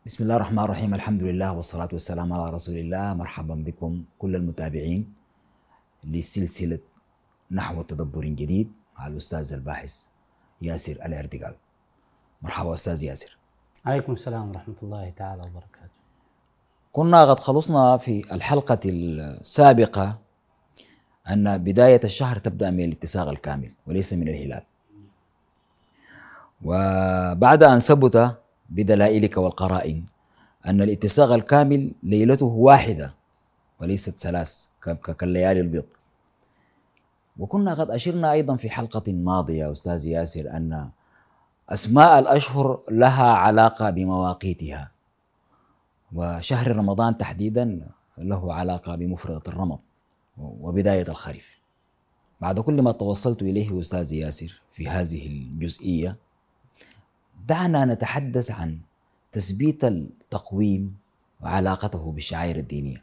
بسم الله الرحمن الرحيم. الحمد لله والصلاة والسلام على رسول الله. مرحبا بكم كل المتابعين لسلسلة نحو تدبر جديد مع الأستاذ الباحث ياسر الأردقال. مرحبا أستاذ ياسر. عليكم السلام ورحمة الله تعالى وبركاته. كنا قد خلصنا في الحلقة السابقة أن بداية الشهر تبدأ من الاتساق الكامل وليس من الهلال، وبعد أن ثبت بدلائلك والقرائن أن الاتساق الكامل ليلته واحدة وليست ثلاث كالليالي البيض. وكنا قد أشرنا أيضا في حلقة ماضية أستاذ ياسر أن أسماء الأشهر لها علاقة بمواقيتها، وشهر رمضان تحديدا له علاقة بمفردة الرمض وبداية الخريف. بعد كل ما توصلت إليه أستاذ ياسر في هذه الجزئية، دعنا نتحدث عن تثبيت التقويم وعلاقته بالشعائر الدينية،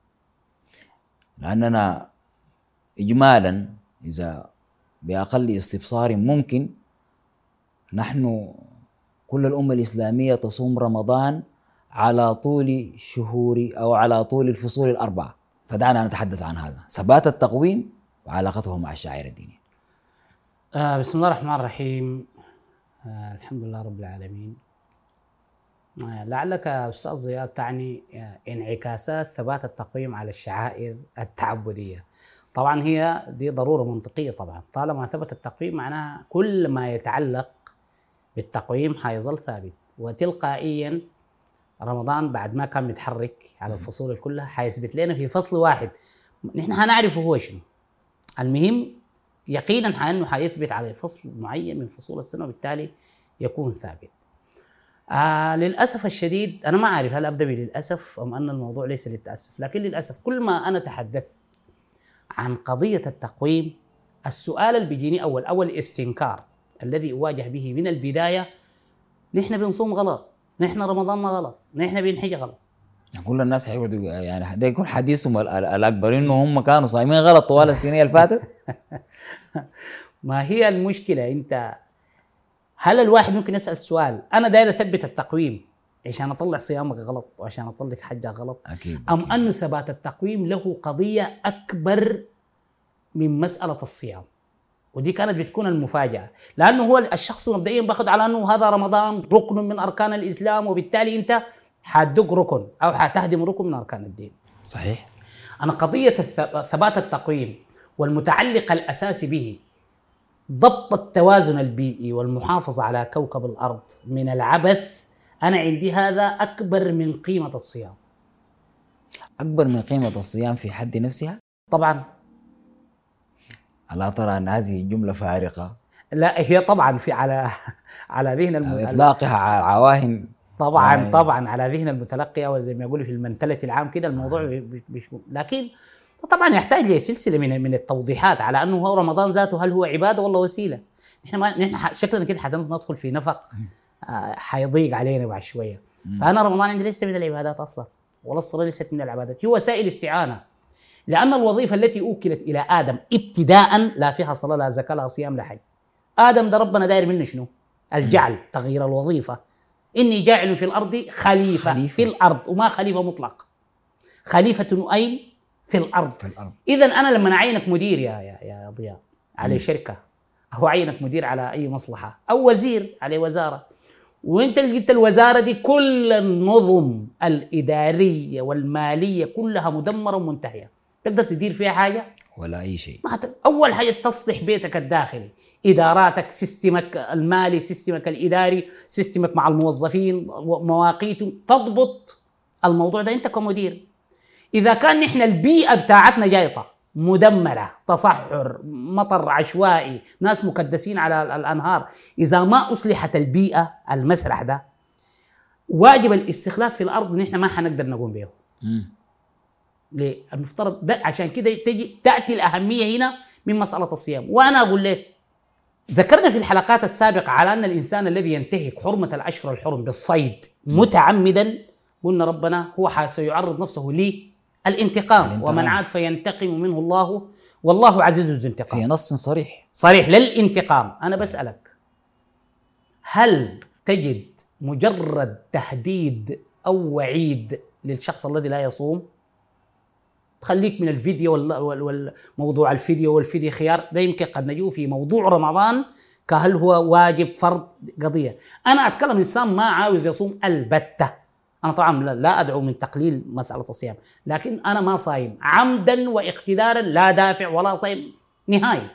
لأننا إجمالا إذا بأقل استبصار ممكن نحن كل الأمة الإسلامية تصوم رمضان على طول شهور أو على طول الفصول الأربعة، فدعنا نتحدث عن هذا ثبات التقويم وعلاقته مع الشعائر الدينية. بسم الله الرحمن الرحيم. الحمد لله رب العالمين. لعلك أستاذ ضياء تعني انعكاسات ثبات التقويم على الشعائر التعبدية. طبعا هي دي ضرورة منطقية، طبعا طالما ثبت التقويم معناها كل ما يتعلق بالتقويم حيظل ثابت، وتلقائيا رمضان بعد ما كان متحرك على الفصول كلها حيثبت لنا في فصل واحد نحن هنعرفه هو شنو. المهم يقينا انه حيثبت على فصل معين من فصول السنة، وبالتالي يكون ثابت. للأسف الشديد أنا ما أعرف هل أبدأ للأسف أم أن الموضوع ليس للتأسف، لكن للأسف كل ما أنا تحدثت عن قضية التقويم السؤال اللي بيجيني أول الاستنكار الذي أواجه به من البداية: نحن بنصوم غلط، نحن رمضاننا غلط، نحن بنحج غلط. كل الناس حيقعدوا يعني ده يكون حديثهم الأكبر إنه هم كانوا صايمين غلط طوال السنين اللي فاتت. ما هي المشكلة؟ أنت هل الواحد ممكن يسأل سؤال: أنا داير أثبت التقويم عشان أطلع صيامك غلط وعشان أطلع حجك غلط؟ أكيد. أم أن ثبات التقويم له قضية أكبر من مسألة الصيام؟ ودي كانت بتكون المفاجأة، لأنه هو الشخص مبدئيا باخذ على أنه هذا رمضان ركن من أركان الإسلام، وبالتالي أنت حتدق ركن أو حتهدم ركن من أركان الدين. صحيح. أنا قضية ثبات التقويم والمتعلق الأساسي به ضبط التوازن البيئي والمحافظة على كوكب الأرض من العبث، أنا عندي هذا أكبر من قيمة الصيام. أكبر من قيمة الصيام في حد نفسها؟ طبعا. ألا ترى أن هذه جملة فارقة؟ لا، هي طبعا في على ذهن إطلاقها على عواهم طبعا يعني طبعا على ذهن المتلقي، او زي ما يقولوا في المنتلة العام كده الموضوع مش لكن طبعا يحتاج لسلسله من التوضيحات على انه هو رمضان ذاته هل هو عباده ولا وسيله. نحن شكلنا كده حندخل في نفق حيضيق علينا بعد شويه. فانا رمضان عندي ليس من العبادات اصلا، ولا الصلاه ليست من العبادات، هي وسائل استعانه، لان الوظيفه التي اوكلت الى ادم ابتداء لا فيها صلاه لا زكاه لا صيام لا حج. ادم ده ربنا داير منه شنو؟ الجعل، تغيير الوظيفه. إني جاعل في الأرض خليفة في الأرض، وما خليفة مطلق، خليفة أين؟ في الأرض. إذن أنا لما أعينك مدير يا ضياء على شركة، أو أعينك مدير على أي مصلحة، أو وزير على وزارة، وأنت لقيت الوزارة دي كل النظم الإدارية والمالية كلها مدمرة ومنتهية، تقدر تدير فيها حاجة؟ ولا أي شيء. أول حاجة تصلح بيتك الداخلي، إداراتك، سيستمك المالي، سيستمك الإداري، سيستمك مع الموظفين، مواقيته، تضبط الموضوع ده أنت كمدير. إذا كان نحن البيئة بتاعتنا جايطة مدمرة، تصحر، مطر عشوائي، ناس مكدسين على الأنهار، إذا ما أصلحت البيئة المسرح ده واجب الاستخلاف في الأرض نحن ما حنقدر نقوم به. ليه؟ المفترض ده عشان كده تأتي الأهمية هنا من مسألة الصيام. وأنا أقول لك، ذكرنا في الحلقات السابقة على أن الإنسان الذي ينتهك حرمة الأشهر الحرم بالصيد متعمدا، قلنا ربنا هو سيعرض نفسه للانتقام، ومن عاد فينتقم منه الله والله عزيز ذو انتقام، في نص صريح للانتقام. أنا بسألك، هل تجد مجرد تهديد أو وعيد للشخص الذي لا يصوم. تخليك من الفيديو والموضوع الفيديو والفيديو خيار، ده يمكن قد نجيه في موضوع رمضان كهل هو واجب فرض قضية. أنا أتكلم إنسان ما عاوز يصوم البتة. أنا طبعا لا أدعو من تقليل مسألة الصيام، لكن أنا ما صايم عمدا واقتدارا، لا دافع ولا صيم نهائي.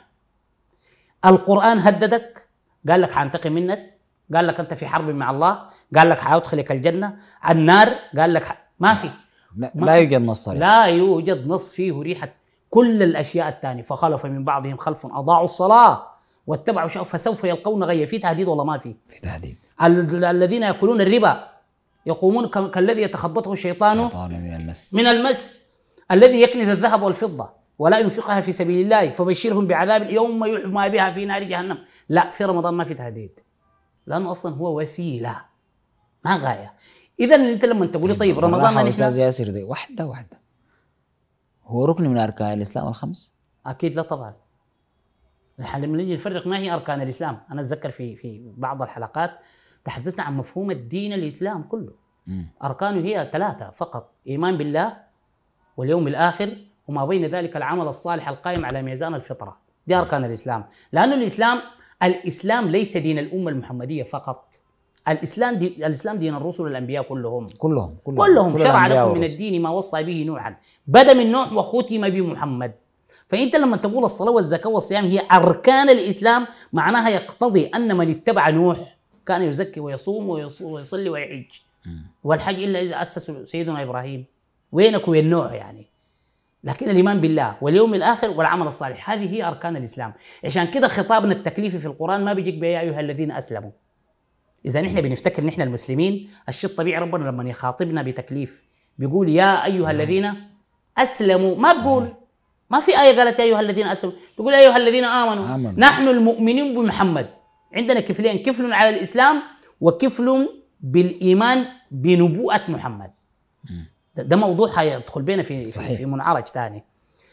القرآن هددك، قال لك حانتقم منك، قال لك أنت في حرب مع الله، قال لك حيدخلك الجنة، النار قال لك ما في، لا يوجد نص صريح. لا يوجد نص فيه ريحة كل الأشياء الثانية. فخلف من بعضهم خلف أضاعوا الصلاة واتبعوا شهوة فسوف يلقون غيا. في تهديد ولا ما في؟ في تهديد. الذين يأكلون الربا يقومون كالذي يتخبطه الشيطان من المس. الذي يكنز الذهب والفضة ولا ينفقها في سبيل الله فبشرهم بعذاب يوم يحمى بها في نار جهنم. لا، في رمضان ما في تهديد، لأنه أصلا هو وسيلة ما غاية. إذا أنت لما تقولي طيب رمضان أستاذ ياسر دي واحدة هو ركن من أركان الإسلام الخمس؟ أكيد لا طبعا. نحن لما نيجي نفرق ما هي أركان الإسلام، أنا أتذكر في بعض الحلقات تحدثنا عن مفهوم الدين الإسلام كله. أركانه هي 3 فقط: إيمان بالله واليوم الآخر وما بين ذلك العمل الصالح القائم على ميزان الفطرة. دي أركان الإسلام. لأنه الإسلام ليس دين الأمة المحمدية فقط. الإسلام دين الرسل والأنبياء كلهم شرع لكم من الدين ما وصى به نوحا، بدأ من نوح وختم بمحمد. فأنت لما تقول الصلاة والزكاة والصيام هي أركان الإسلام، معناها يقتضي أن من اتبع نوح كان يزكي ويصوم ويصلي ويحج. والحج إلا إذا أسس سيدنا إبراهيم، وينك وين نوح يعني. لكن الإيمان بالله واليوم الآخر والعمل الصالح هذه هي أركان الإسلام. عشان كده خطابنا التكليفي في القرآن ما بيجيك بيا أيها الذين أسلموا. إذا نحن بنفتكر نحن المسلمين، الشيء الطبيعي ربنا لما يخاطبنا بتكليف بيقول يا أيها الذين أسلموا، ما بقول ما في آية قالت يا أيها الذين أسلموا، تقول يا أيها الذين آمنوا. نحن المؤمنين بمحمد عندنا كفلين: كفل على الإسلام وكفل بالإيمان بنبوءة محمد. ده موضوع حيدخل بينا في منعرج ثاني.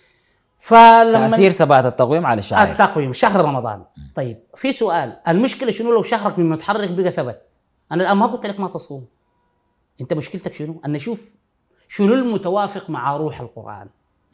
تأثير ثبات التقويم على الشهر، التقويم شهر رمضان. طيب في سؤال، المشكلة شنو لو شهرك من متحرك بقى ثبت؟ أنا الآن ما قلت لك ما تصوم، أنت مشكلتك شنو؟ أن نشوف شنو المتوافق مع روح القرآن.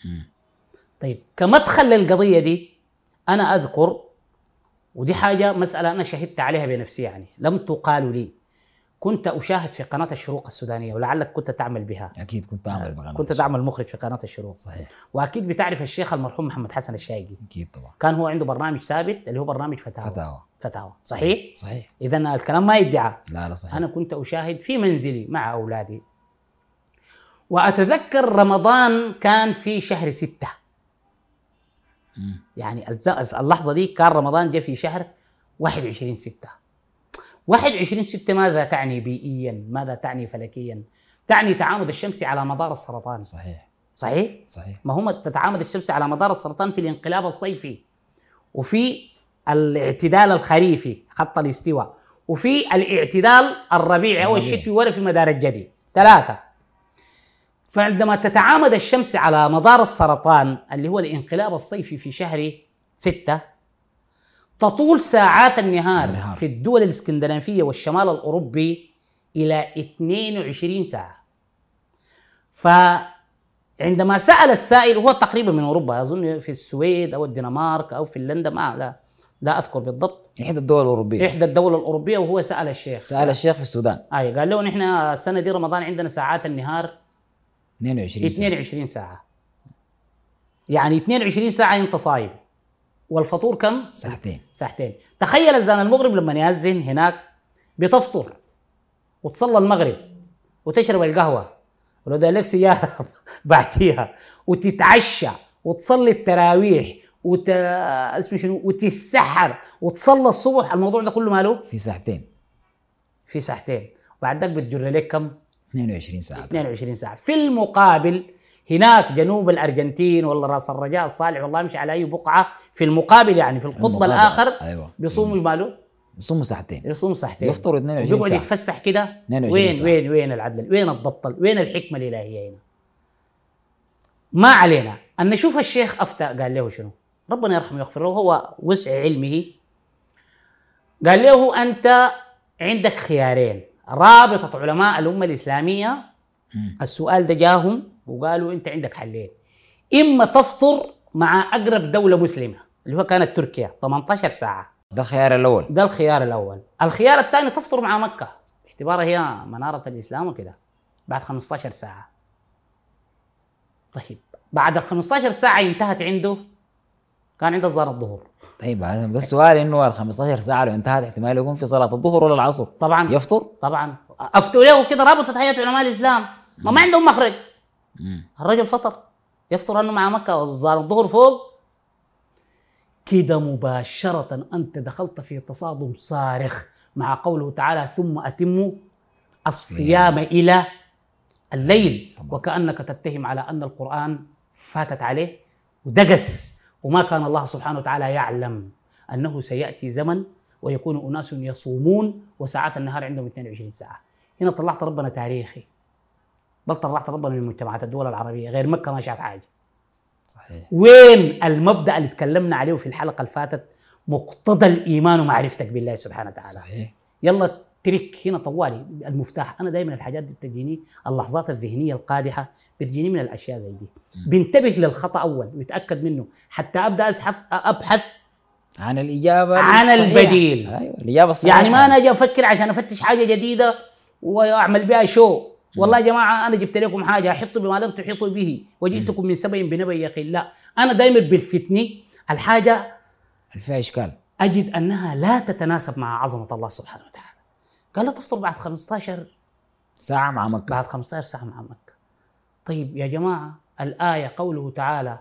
طيب كمدخل للقضية دي أنا أذكر، ودي حاجة مسألة أنا شهدت عليها بنفسي يعني لم تقال لي. كنت أشاهد في قناة الشروق السودانية، ولعلك كنت تعمل بها. أكيد كنت أعمل كنت تعمل مخرج في قناة الشروق. صحيح. وأكيد بتعرف الشيخ المرحوم محمد حسن الشايقي. أكيد طبعا. كان هو عنده برنامج ثابت اللي هو برنامج فتاوى. صحيح؟ صحيح. إذا الكلام ما يدعى. لا صحيح. أنا كنت أشاهد في منزلي مع أولادي، وأتذكر رمضان كان في شهر 6. يعني اللحظة دي كان رمضان جاء في شهر 21/6. 21/6 ماذا تعني بيئيا؟ ماذا تعني فلكيا؟ تعني تعامد الشمس على مدار السرطان. صحيح؟ ما هم تتعامد الشمس على مدار السرطان في الانقلاب الصيفي، وفي الاعتدال الخريفي خط الاستواء، وفي الاعتدال الربيعي أو الشتوي ولا في مدار الجدي. 3. فعندما تتعامد الشمس على مدار السرطان اللي هو الانقلاب الصيفي في شهر 6، تطول ساعات النهار في الدول الاسكندنافية والشمال الأوروبي إلى 22 ساعة. فعندما سأل السائل، هو تقريبا من أوروبا، أظن في السويد أو الدنمارك أو فنلندا، لا أذكر بالضبط، إحدى الدول الأوروبية. وهو سأل الشيخ في السودان. قال له نحن السنة دي رمضان عندنا ساعات النهار 22 ساعة. يعني 22 ساعة أنت صايم، والفطور كم؟ ساعتين. تخيل أذان المغرب لما يأذن هناك بتفطر وتصلى المغرب وتشرب القهوة ولو ده لك سيارة بعتيها وتتعشى وتصلي التراويح وتسحر وتصلى الصبح. الموضوع ده كله ماله؟ في ساعتين. وبعد ذلك بتجر لك كم؟ 22 ساعة. في المقابل هناك جنوب الأرجنتين ولا راس الرجاء الصالح، والله مش على أي بقعة في المقابل، يعني في القطب الآخر. أيوة. بيصوموا ماله؟ يصوموا ساعتين. يفطروا 22 ساعة. يقعد يتفسح كده. وين العدل؟ وين الضبط؟ وين الحكمة الإلهية هنا؟ ما علينا أن نشوف الشيخ أفتى قال له شنو؟ ربنا يرحمه ويغفر له، هو وسع علمه. قال له أنت عندك خيارين: رابطة علماء الأمة الإسلامية السؤال ده جاهم وقالوا أنت عندك حلين، إما تفطر مع أقرب دولة مسلمة اللي هو كانت تركيا 18 ساعة، ده الخيار الاول. ده الخيار الأول. الخيار الثاني تفطر مع مكة باعتبارها هي منارة الإسلام وكده بعد 15 ساعة. طيب بعد ال 15 ساعة انتهت عنده، كان عنده أذان الظهر. طيب هذا بس سؤال، انه ال 15 ساعه لو انتهت احتمال يكون في صلاه الظهر ولا العصر، طبعا يفطر. طبعا افتوا له كده رابطه هيئه علماء الاسلام، ما عندهم مخرج. الرجل فطر، يفطر انه مع مكه وصار الظهر فوق كده مباشره. انت دخلت في تصادم صارخ مع قوله تعالى ثم اتموا الصيام الى الليل طبعا. وكانك تتهم على ان القران فاتت عليه ودقس، وما كان الله سبحانه وتعالى يعلم انه سياتي زمن ويكون اناس يصومون وساعات النهار عندهم 22 ساعه. هنا طلعت ربنا تاريخي، بل طلعت ربنا من مجتمعات الدول العربيه، غير مكه ما شاف حاجه. صحيح. وين المبدا اللي تكلمنا عليه في الحلقه اللي فاتت، مقتضى الايمان ومعرفتك بالله سبحانه وتعالى. صحيح. يلا ترك هنا طوالي المفتاح. انا دائما الحاجات دي بتجيني، اللحظات الذهنيه القادحه بتجيني من الاشياء زي دي. بنتبه للخطا اول ويتاكد منه حتى ابدا ابحث عن الاجابه عن الصحيحة. البديل. ايوه الاجابه الصحيحه. يعني ما انا اجي افكر عشان افتش حاجه جديده واعمل بها شو. والله يا جماعه انا جبت لكم حاجه احطوا بما لم تحيطوا به وجئتكم من سبأ بنبأ يقين. لا، انا دائما بالفتني الحاجه اللي فيها اشكال اجد انها لا تتناسب مع عظمه الله سبحانه وتعالى. قال لا تفطر بعد 15 ساعه مع مكه، بعد 15 ساعه مع مكه. طيب يا جماعه الايه قوله تعالى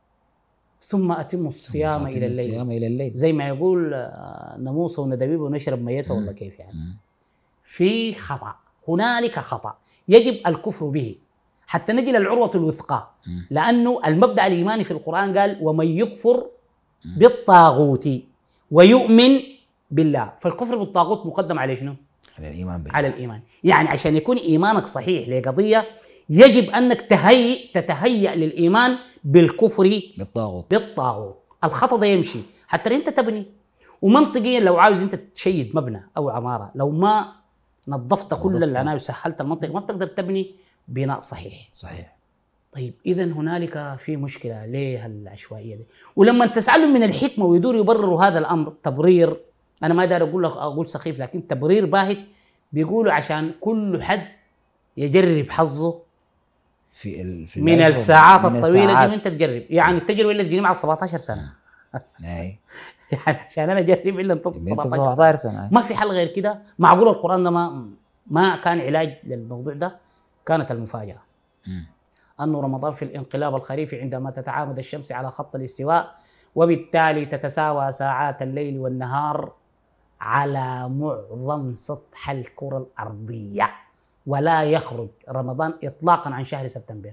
ثم اتموا الصيام الى الليل، الصيام الى الليل، زي ما يقول نموصه وندبيب ونشرب ميته ولا كيف يعني. في خطأ، هنالك خطأ يجب الكفر به حتى نجي للعروة الوثقى. لأنه المبدأ الإيماني في القرآن قال ومن يكفر بالطاغوت ويؤمن بالله، فالكفر بالطاغوت مقدم على شنو؟ على الايمان بالله. على الإيمان. يعني عشان يكون إيمانك صحيح لقضية يجب أنك تتهيأ للإيمان بالكفر بالطاغوت. الخطأ ده يمشي حتى أنت تبني. ومنطقيا لو عاوز أنت تشيد مبنى أو عمارة، لو ما نظفت كل اللي أنا وسهلت المنطقة ما بتقدر تبني بناء صحيح. صحيح. طيب إذا هنالك في مشكلة. ليه العشوائية دي؟ ولما تسألهم من الحكمة ويدوروا يبرروا هذا الأمر تبرير، أنا ما دار أقول لك أقول سخيف، لكن تبرير باهت. بيقولوا عشان كل حد يجرب حظه في من الساعات الطويلة دي وأنت تجرب. يعني التجربة اللي تجيني مع 17 سنة يعني عشان أنا أجرب إلا انتصر 17 سنة. ما في حل غير كده. معقول القرآن ده ما كان علاج للموضوع ده؟ كانت المفاجأة أنه رمضان في الانقلاب الخريفي عندما تتعامد الشمس على خط الاستواء وبالتالي تتساوى ساعات الليل والنهار على معظم سطح الكرة الأرضية، ولا يخرج رمضان إطلاقا عن شهر سبتمبر،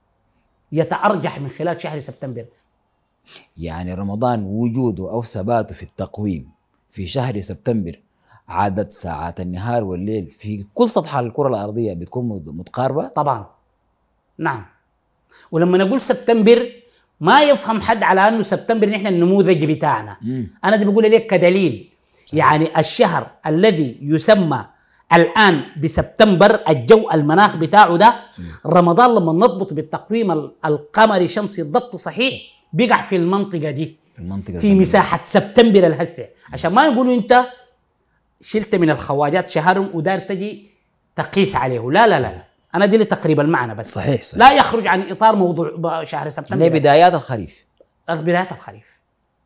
يتأرجح من خلال شهر سبتمبر. يعني رمضان وجوده أو ثباته في التقويم في شهر سبتمبر عدد ساعات النهار والليل في كل سطح الكرة الأرضية بتكون متقاربة طبعا. نعم. ولما نقول سبتمبر ما يفهم حد على أنه سبتمبر نحن النموذج بتاعنا. أنا دي بقول لك كدليل. يعني الشهر الذي يسمى الآن بسبتمبر الجو المناخ بتاعه ده رمضان لما نضبط بالتقويم القمري الشمسي الضبط صحيح بيقع في المنطقة دي، في مساحة سبتمبر الهسه. عشان ما يقولوا أنت شلت من الخواجات شهر ودار تجي تقيس عليه. لا لا لا، أنا دي لتقريب المعنى بس. صحيح. لا يخرج عن إطار موضوع شهر سبتمبر. لبدايات الخريف. بدايات الخريف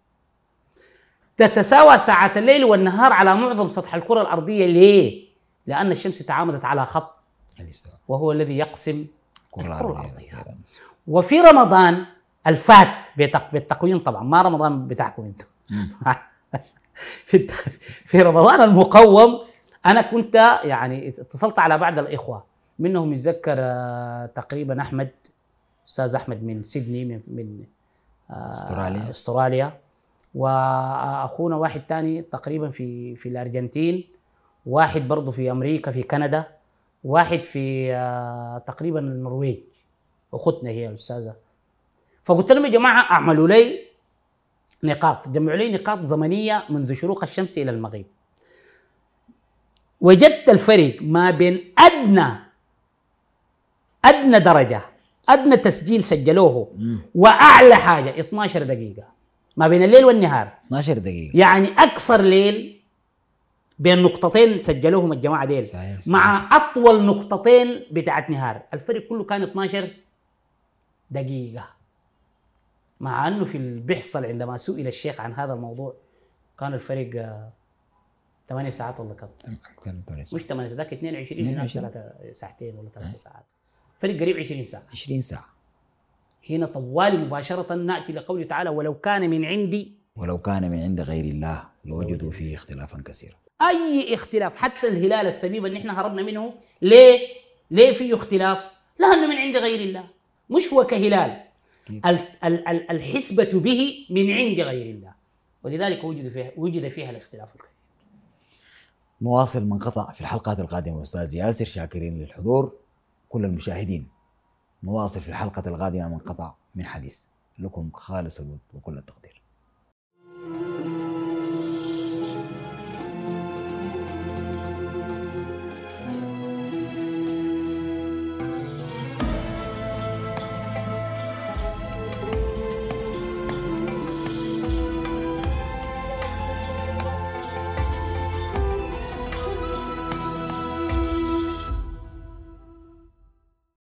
تتساوى ساعات الليل والنهار على معظم سطح الكرة الأرضية. ليه؟ لأن الشمس تعامدت على خط وهو الذي يقسم الكرة الأرضية. وفي رمضان الفات بالتقويم طبعا، ما رمضان بتاعكم انتم في رمضان المقوم أنا كنت يعني اتصلت على بعض الإخوة منهم يتذكر تقريبا أحمد، أستاذ أحمد من سيدني من أستراليا، وأخونا واحد تاني تقريبا في الأرجنتين، واحد برضو في أمريكا في كندا، واحد في تقريبا النرويج، أختنا هي الأستاذة. فقلت لهم يا جماعة أعملوا لي نقاط، جمعوا لي نقاط زمنية منذ شروق الشمس إلى المغيب. وجدت الفرق ما بين ادنى درجه، ادنى تسجيل سجلوه واعلى حاجه 12 دقيقه ما بين الليل والنهار. 12 دقيقة يعني اقصر ليل بين نقطتين سجلوهم الجماعه ديل، صحيح. مع اطول نقطتين بتاعت نهار، الفرق كله كان 12 دقيقه. مع انه في بيحصل عندما سئل الشيخ عن هذا الموضوع كان الفرق 8 ساعات ولا كم؟ مش 8 ساعات، ذاك 22 هناك 3 ساعتين ولا 3 ساعات، فرق قريب 20 ساعه. 20 ساعة. هنا طوالي مباشره ناتي لقوله تعالى ولو كان من عندي، ولو كان من عند غير الله لوجدوا فيه اختلافا كثيرا. اي اختلاف، حتى الهلال السبيب اللي احنا هربنا منه، ليه فيه اختلاف؟ لانه من عند غير الله، مش هو كهلال، الحسبة به من عند غير الله، ولذلك وجد فيها الاختلاف الكثير. نواصل من قطع في الحلقات القادمة أستاذ ياسر، شاكرين للحضور كل المشاهدين. نواصل في الحلقة القادمة من قطع من حديث، لكم خالص الود وكل التقدير.